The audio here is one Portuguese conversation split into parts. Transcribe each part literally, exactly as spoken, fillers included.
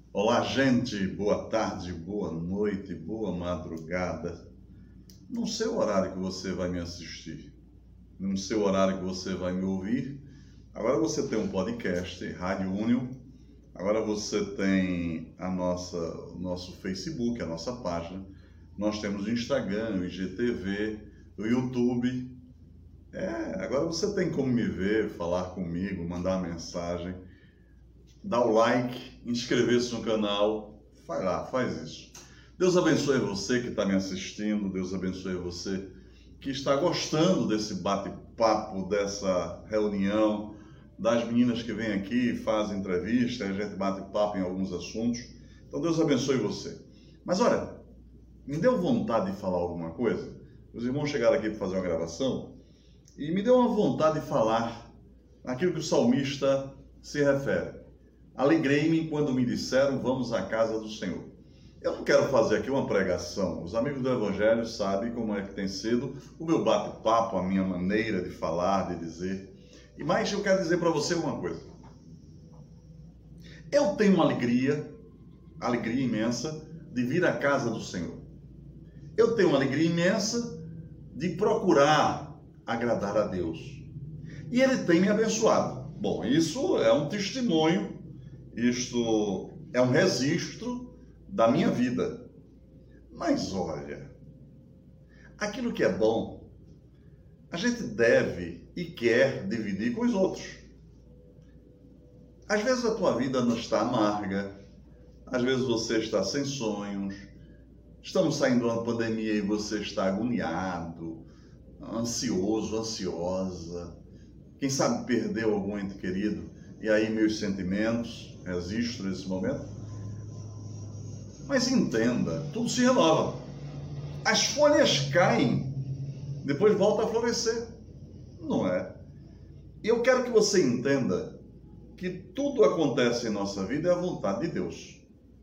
Olá, gente, boa tarde, boa noite, boa madrugada. Não sei o horário que você vai me assistir, não sei o horário que você vai me ouvir. Agora você tem um podcast, Rádio Union. Agora você tem a nossa, o nosso Facebook, a nossa página. Nós temos o Instagram, o I G T V, o YouTube. É, agora você tem como me ver, falar comigo, mandar mensagem. Dá o like, inscrever-se no canal, vai lá, faz isso. Deus abençoe você que está me assistindo, Deus abençoe você que está gostando desse bate-papo, dessa reunião, das meninas que vêm aqui, fazem entrevista, a gente bate papo em alguns assuntos. Então Deus abençoe você. Mas olha, me deu vontade de falar alguma coisa. Os irmãos chegaram aqui para fazer uma gravação e me deu uma vontade de falar aquilo que o salmista se refere. Alegrei-me quando me disseram, vamos à casa do Senhor. Eu não quero fazer aqui uma pregação. Os amigos do Evangelho sabem como é que tem sido o meu bate-papo, a minha maneira de falar, de dizer. E mais, eu quero dizer para você uma coisa. Eu tenho uma alegria, alegria imensa, de vir à casa do Senhor. Eu tenho uma alegria imensa de procurar agradar a Deus. E Ele tem me abençoado. Bom, isso é um testemunho. Isto é um registro da minha vida. Mas olha, aquilo que é bom, a gente deve e quer dividir com os outros. Às vezes a tua vida não está amarga, às vezes você está sem sonhos, estamos saindo de uma pandemia e você está agoniado, ansioso, ansiosa, quem sabe perdeu algum ente querido, e aí meus sentimentos registro esse momento. Mas entenda, tudo se renova. As folhas caem, depois volta a florescer. Não é? E eu quero que você entenda que tudo acontece em nossa vida é a vontade de Deus.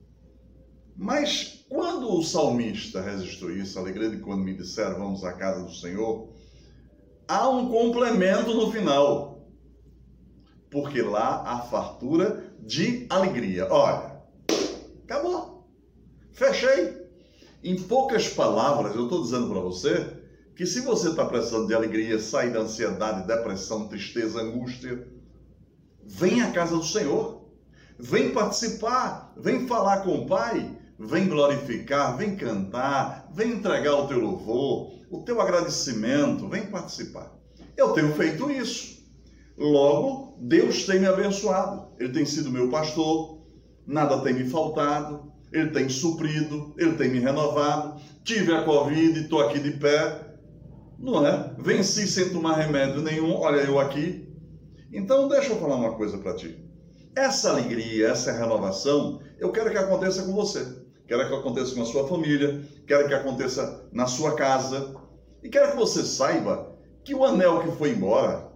Mas quando o salmista registrou isso, alegrei-me quando me disseram, vamos à casa do Senhor, há um complemento no final. Porque lá há fartura de alegria. Olha, acabou. Fechei. Em poucas palavras, eu estou dizendo para você que se você está precisando de alegria, sair da ansiedade, depressão, tristeza, angústia, vem à casa do Senhor. Vem participar, vem falar com o Pai, vem glorificar, vem cantar, vem entregar o teu louvor, o teu agradecimento, vem participar. Eu tenho feito isso. Logo, Deus tem me abençoado. Ele tem sido meu pastor, nada tem me faltado, Ele tem suprido, Ele tem me renovado. Tive a Covid, estou aqui de pé, não é? Venci sem tomar remédio nenhum, olha eu aqui. Então, deixa eu falar uma coisa para ti. Essa alegria, essa renovação, eu quero que aconteça com você. Quero que aconteça com a sua família, quero que aconteça na sua casa. E quero que você saiba que o anel que foi embora,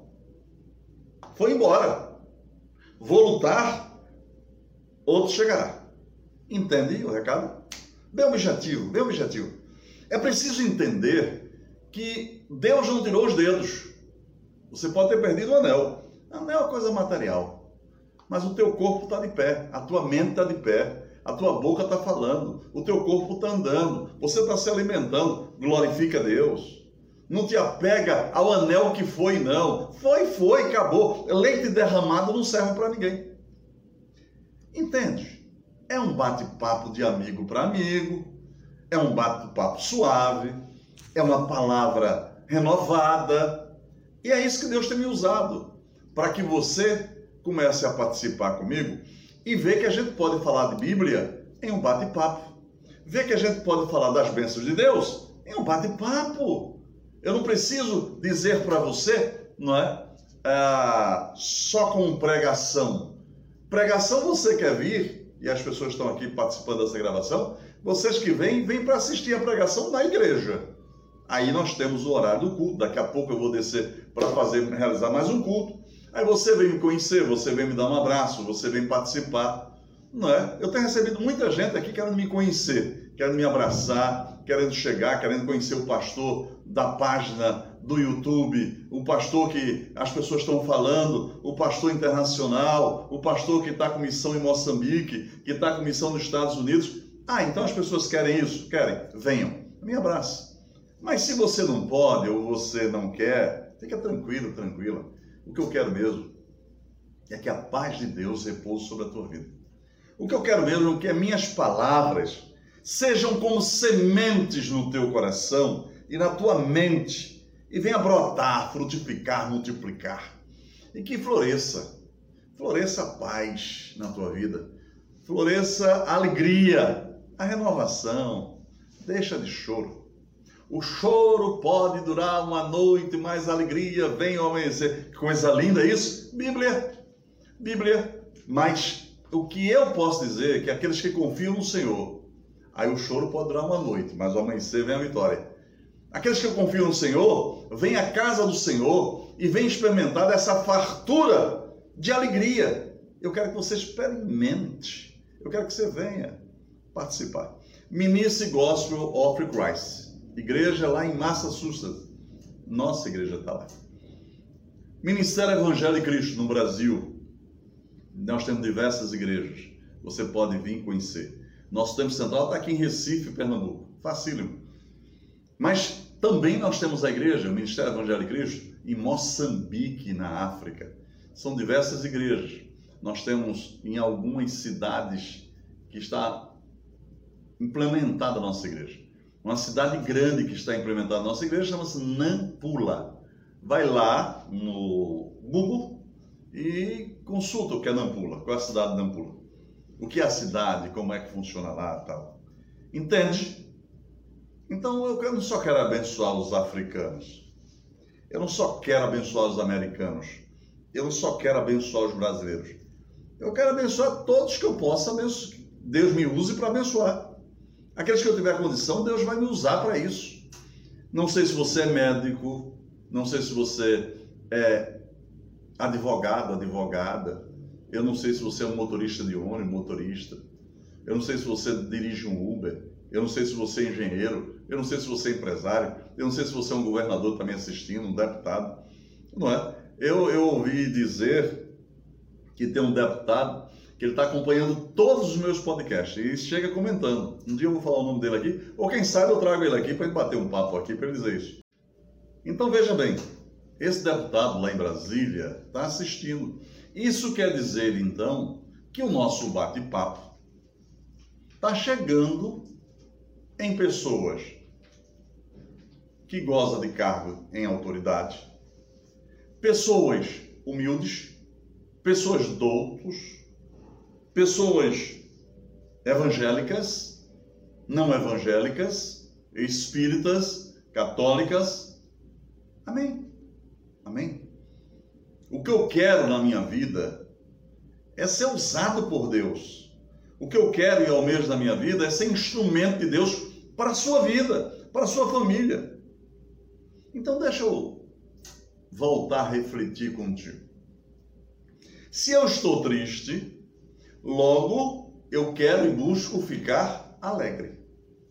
foi embora. Vou lutar, outro chegará. Entende o recado? Bem objetivo, bem objetivo. É preciso entender que Deus não tirou os dedos. Você pode ter perdido o anel. Anel é uma coisa material. Mas o teu corpo está de pé, a tua mente está de pé, a tua boca está falando, o teu corpo está andando, você está se alimentando. Glorifica a Deus. Não te apega ao anel que foi, não. Foi, foi, acabou. Leite derramado não serve para ninguém. Entende? É um bate-papo de amigo para amigo. É um bate-papo suave. É uma palavra renovada. E é isso que Deus tem me usado. Para que você comece a participar comigo e ver que a gente pode falar de Bíblia em um bate-papo. Ver que a gente pode falar das bênçãos de Deus em um bate-papo. Eu não preciso dizer para você, não é? Ah, só com pregação. Pregação você quer vir, e as pessoas estão aqui participando dessa gravação, vocês que vêm, vêm para assistir a pregação na igreja. Aí nós temos o horário do culto, daqui a pouco eu vou descer para fazer, realizar mais um culto. Aí você vem me conhecer, você vem me dar um abraço, você vem participar, não é? Eu tenho recebido muita gente aqui querendo me conhecer, querendo me abraçar, querendo chegar, querendo conhecer o pastor da página do YouTube, o pastor que as pessoas estão falando, o pastor internacional, o pastor que está com missão em Moçambique, que está com missão nos Estados Unidos. Ah, então as pessoas querem isso? Querem? Venham. Me abrace. Mas se você não pode ou você não quer, fica tranquilo, tranquila. O que eu quero mesmo é que a paz de Deus repouse sobre a tua vida. O que eu quero mesmo é que as minhas palavras sejam como sementes no teu coração e na tua mente e venha brotar, frutificar, multiplicar e que floresça. Floresça a paz na tua vida. Floresça a alegria, a renovação. Deixa de choro. O choro pode durar uma noite, mas a alegria vem ao amanhecer. Que coisa linda isso? Bíblia. Bíblia. Mas o que eu posso dizer é que aqueles que confiam no Senhor, aí o choro pode durar uma noite, mas ao amanhecer vem a vitória. Aqueles que confiam no Senhor, vêm à casa do Senhor e vêm experimentar dessa fartura de alegria. Eu quero que você experimente. Eu quero que você venha participar. Ministry Gospel of Christ. Igreja lá em Massachusetts. Nossa igreja está lá. Ministério Evangelho de Cristo no Brasil. Nós temos diversas igrejas. Você pode vir conhecer. Nosso templo central está aqui em Recife, Pernambuco. Facílimo. Mas também nós temos a igreja, o Ministério Evangelho de Cristo, em Moçambique, na África. São diversas igrejas. Nós temos em algumas cidades que está implementada a nossa igreja. Uma cidade grande que está implementada a nossa igreja chama-se Nampula. Vai lá no Google e consulta o que é Nampula, qual é a cidade de Nampula. O que é a cidade, como é que funciona lá e tal. Entende? Então eu não só quero abençoar os africanos. Eu não só quero abençoar os americanos. Eu não só quero abençoar os brasileiros. Eu quero abençoar todos que eu possa abençoar. Deus me use para abençoar. Aqueles que eu tiver condição, Deus vai me usar para isso. Não sei se você é médico, não sei se você é advogado, advogada. Eu não sei se você é um motorista de ônibus, motorista. Eu não sei se você dirige um Uber. Eu não sei se você é engenheiro. Eu não sei se você é empresário. Eu não sei se você é um governador que está me assistindo, um deputado. Não é? Eu, eu ouvi dizer que tem um deputado que ele está acompanhando todos os meus podcasts e chega comentando. Um dia eu vou falar o nome dele aqui, ou quem sabe eu trago ele aqui para ele bater um papo aqui para ele dizer isso. Então veja bem, esse deputado lá em Brasília está assistindo. Isso quer dizer então que o nosso bate-papo está chegando em pessoas que gozam de cargo em autoridade, pessoas humildes, pessoas doutos, pessoas evangélicas, não evangélicas, espíritas, católicas. Amém. Amém. O que eu quero na minha vida é ser usado por Deus. O que eu quero e almejo na minha vida é ser instrumento de Deus para a sua vida, para a sua família. Então deixa eu voltar a refletir contigo. Se eu estou triste, logo eu quero e busco ficar alegre.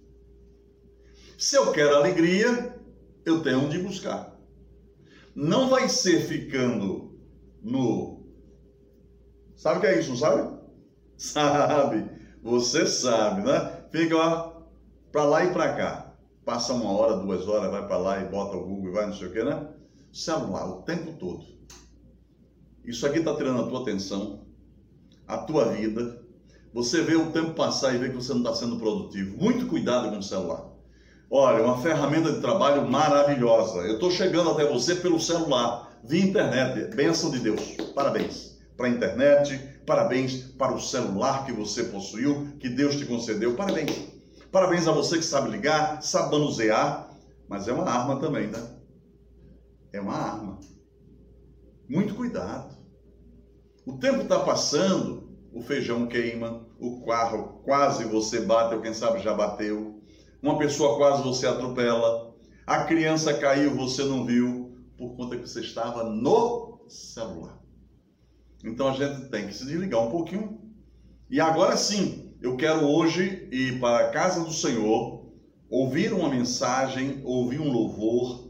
Se eu quero alegria, eu tenho onde buscar. Não vai ser ficando no... Sabe o que é isso, não sabe? Sabe, você sabe, né? Fica ó, pra lá e pra cá. Passa uma hora, duas horas, vai pra lá e bota o Google e vai não sei o que, né? Celular, o tempo todo. Isso aqui tá tirando a tua atenção, a tua vida. Você vê o tempo passar e vê que você não está sendo produtivo. Muito cuidado com o celular. Olha, uma ferramenta de trabalho maravilhosa. Eu estou chegando até você pelo celular, via internet. Bênção de Deus. Parabéns para a internet, parabéns para o celular que você possuiu, que Deus te concedeu. Parabéns. Parabéns a você que sabe ligar, sabe manusear, mas é uma arma também, né? É uma arma. Muito cuidado. O tempo está passando, o feijão queima, o carro quase você bate, ou quem sabe já bateu. Uma pessoa quase você atropela. A criança caiu, você não viu, por conta que você estava no celular. Então a gente tem que se desligar um pouquinho. E agora sim, eu quero hoje ir para a casa do Senhor, ouvir uma mensagem, ouvir um louvor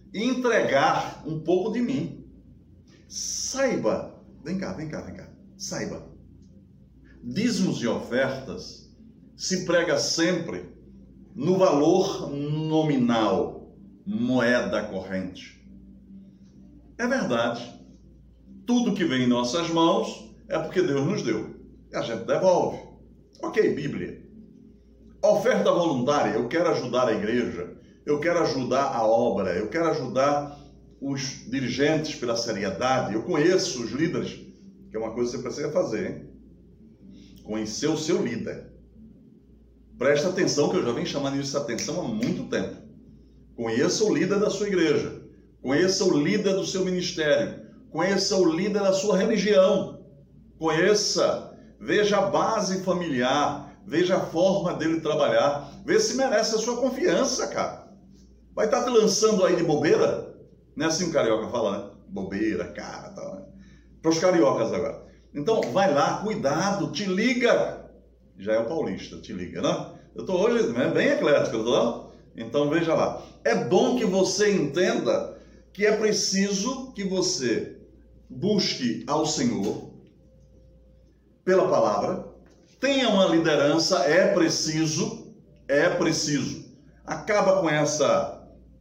e entregar um pouco de mim. Saiba, vem cá, vem cá, vem cá, saiba, dízimos e ofertas se prega sempre no valor nominal, moeda corrente. É verdade, tudo que vem em nossas mãos é porque Deus nos deu, e a gente devolve. Ok, Bíblia. Oferta voluntária, eu quero ajudar a igreja, eu quero ajudar a obra, eu quero ajudar os dirigentes pela seriedade, eu conheço os líderes, que é uma coisa que você precisa fazer, hein? Conhecer o seu líder. Presta atenção, que eu já venho chamando isso de atenção há muito tempo. Conheça o líder da sua igreja, conheça o líder do seu ministério, conheça o líder da sua religião, conheça, veja a base familiar, veja a forma dele trabalhar, vê se merece a sua confiança, cara. Vai estar te lançando aí de bobeira? Não é assim o carioca fala, né? Bobeira, cara, tal, né? Para os cariocas agora. Então, vai lá, cuidado, te liga. Já é o paulista, te liga, né? Eu estou hoje bem eclético, eu tô, não? Então, veja lá. É bom que você entenda que é preciso que você busque ao Senhor pela palavra, tenha uma liderança, é preciso, é preciso. Acaba com essa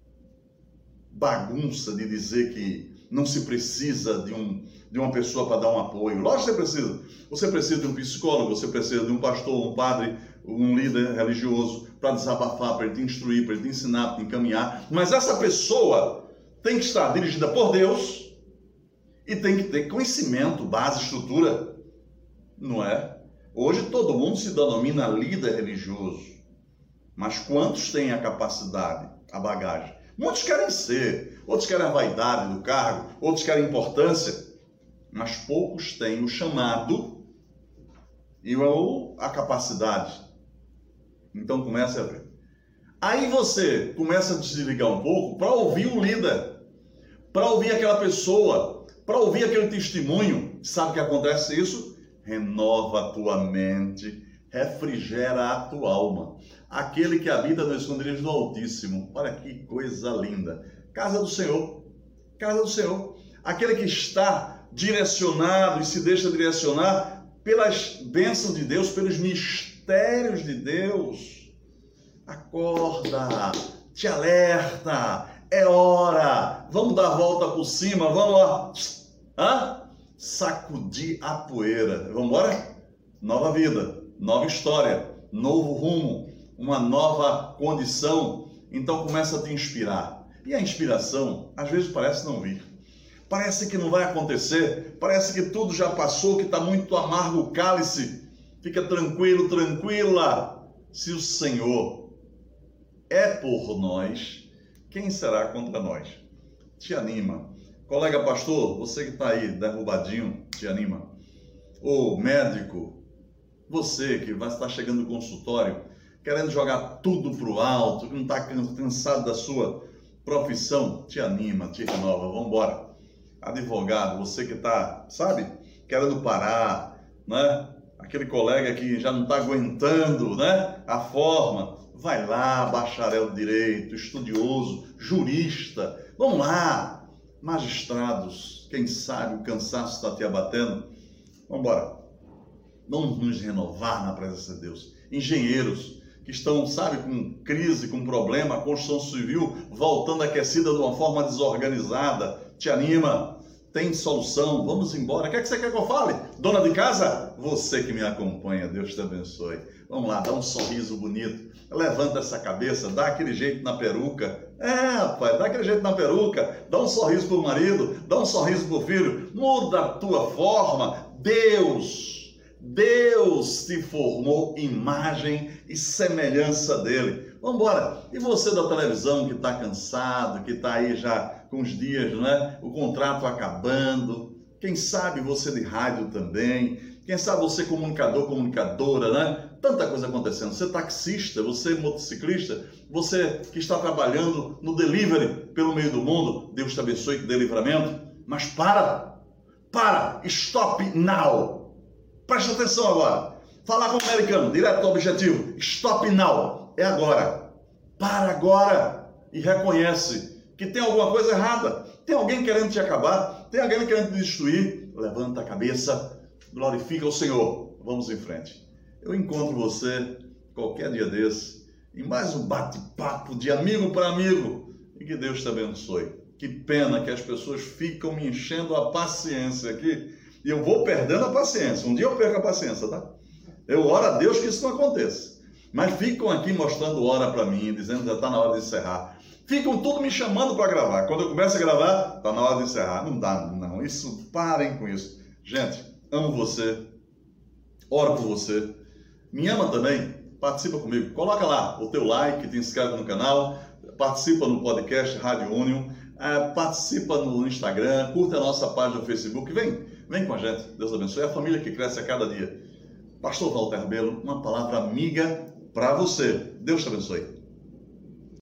bagunça de dizer que não se precisa de, um, de uma pessoa para dar um apoio. Lógico que você precisa. Você precisa de um psicólogo, você precisa de um pastor, um padre, um líder religioso para desabafar, para ele te instruir, para ele te ensinar, para te encaminhar. Mas essa pessoa tem que estar dirigida por Deus e tem que ter conhecimento, base, estrutura. Não é? Hoje todo mundo se denomina líder religioso. Mas quantos têm a capacidade, a bagagem? Muitos querem ser, outros querem a vaidade do cargo, outros querem importância, mas poucos têm o chamado e a capacidade. Então comece a ver. Aí você começa a desligar um pouco para ouvir o líder, para ouvir aquela pessoa, para ouvir aquele testemunho. Sabe o que acontece isso? Renova a tua mente, refrigera a tua alma. Aquele que habita no esconderijo do Altíssimo. Olha que coisa linda. Casa do Senhor. Casa do Senhor. Aquele que está direcionado e se deixa direcionar pelas bênçãos de Deus, pelos mistérios de Deus. Acorda, te alerta, é hora. Vamos dar a volta por cima, vamos lá. Hã? Sacudir a poeira. Vamos embora? Nova vida, nova história, novo rumo, uma nova condição. Então começa a te inspirar. E a inspiração, às vezes, parece não vir. Parece que não vai acontecer. Parece que tudo já passou, que está muito amargo o cálice. Fica tranquilo, tranquila. Se o Senhor é por nós, quem será contra nós? Te anima. Colega pastor, você que está aí derrubadinho, te anima. Ô médico, você que vai estar chegando no consultório, querendo jogar tudo para o alto, que não está cansado da sua profissão, te anima, te renova, vamos embora. Advogado, você que está, sabe, querendo parar, né? Aquele colega que já não está aguentando, né? A forma, vai lá, bacharel de direito, estudioso, jurista, vamos lá. Magistrados, quem sabe o cansaço está te abatendo. Vamos embora. Vamos nos renovar na presença de Deus. Engenheiros que estão, sabe, com crise, com problema, a construção civil voltando aquecida de uma forma desorganizada. Te anima, tem solução, vamos embora. O que é que você quer que eu fale? Dona de casa? Você que me acompanha, Deus te abençoe. Vamos lá, dá um sorriso bonito, levanta essa cabeça, dá aquele jeito na peruca. É, rapaz, dá aquele jeito na peruca, dá um sorriso pro marido, dá um sorriso pro filho, muda a tua forma. Deus, Deus te formou imagem e semelhança dele. Vamos embora. E você da televisão que está cansado, que está aí já com os dias, né? O contrato acabando. Quem sabe você de rádio também. Quem sabe você comunicador, comunicadora, né? Tanta coisa acontecendo. Você taxista, você motociclista, você que está trabalhando no delivery pelo meio do mundo. Deus te abençoe, que dê livramento. Mas para, para, stop now. Presta atenção agora. Falar com o americano, direto ao objetivo. Stop now. É agora. Para agora. E reconhece que tem alguma coisa errada, tem alguém querendo te acabar, tem alguém querendo te destruir, levanta a cabeça, glorifica o Senhor, vamos em frente. Eu encontro você qualquer dia desse, em mais um bate-papo de amigo para amigo, e que Deus te abençoe. Que pena que as pessoas ficam me enchendo a paciência aqui, e eu vou perdendo a paciência. Um dia eu perco a paciência, tá? Eu oro a Deus que isso não aconteça. Mas ficam aqui mostrando hora para mim, dizendo que já está na hora de encerrar. Ficam tudo me chamando para gravar. Quando eu começo a gravar, está na hora de encerrar. Não dá, não. Isso, parem com isso. Gente, amo você. Oro por você. Me ama também? Participa comigo. Coloca lá o teu like, te inscreve no canal. Participa no podcast Rádio Union. Uh, participa no Instagram. Curta a nossa página no Facebook. Vem, vem com a gente. Deus abençoe. É a família que cresce a cada dia. Pastor Walter Rabelo, uma palavra amiga para você. Deus te abençoe.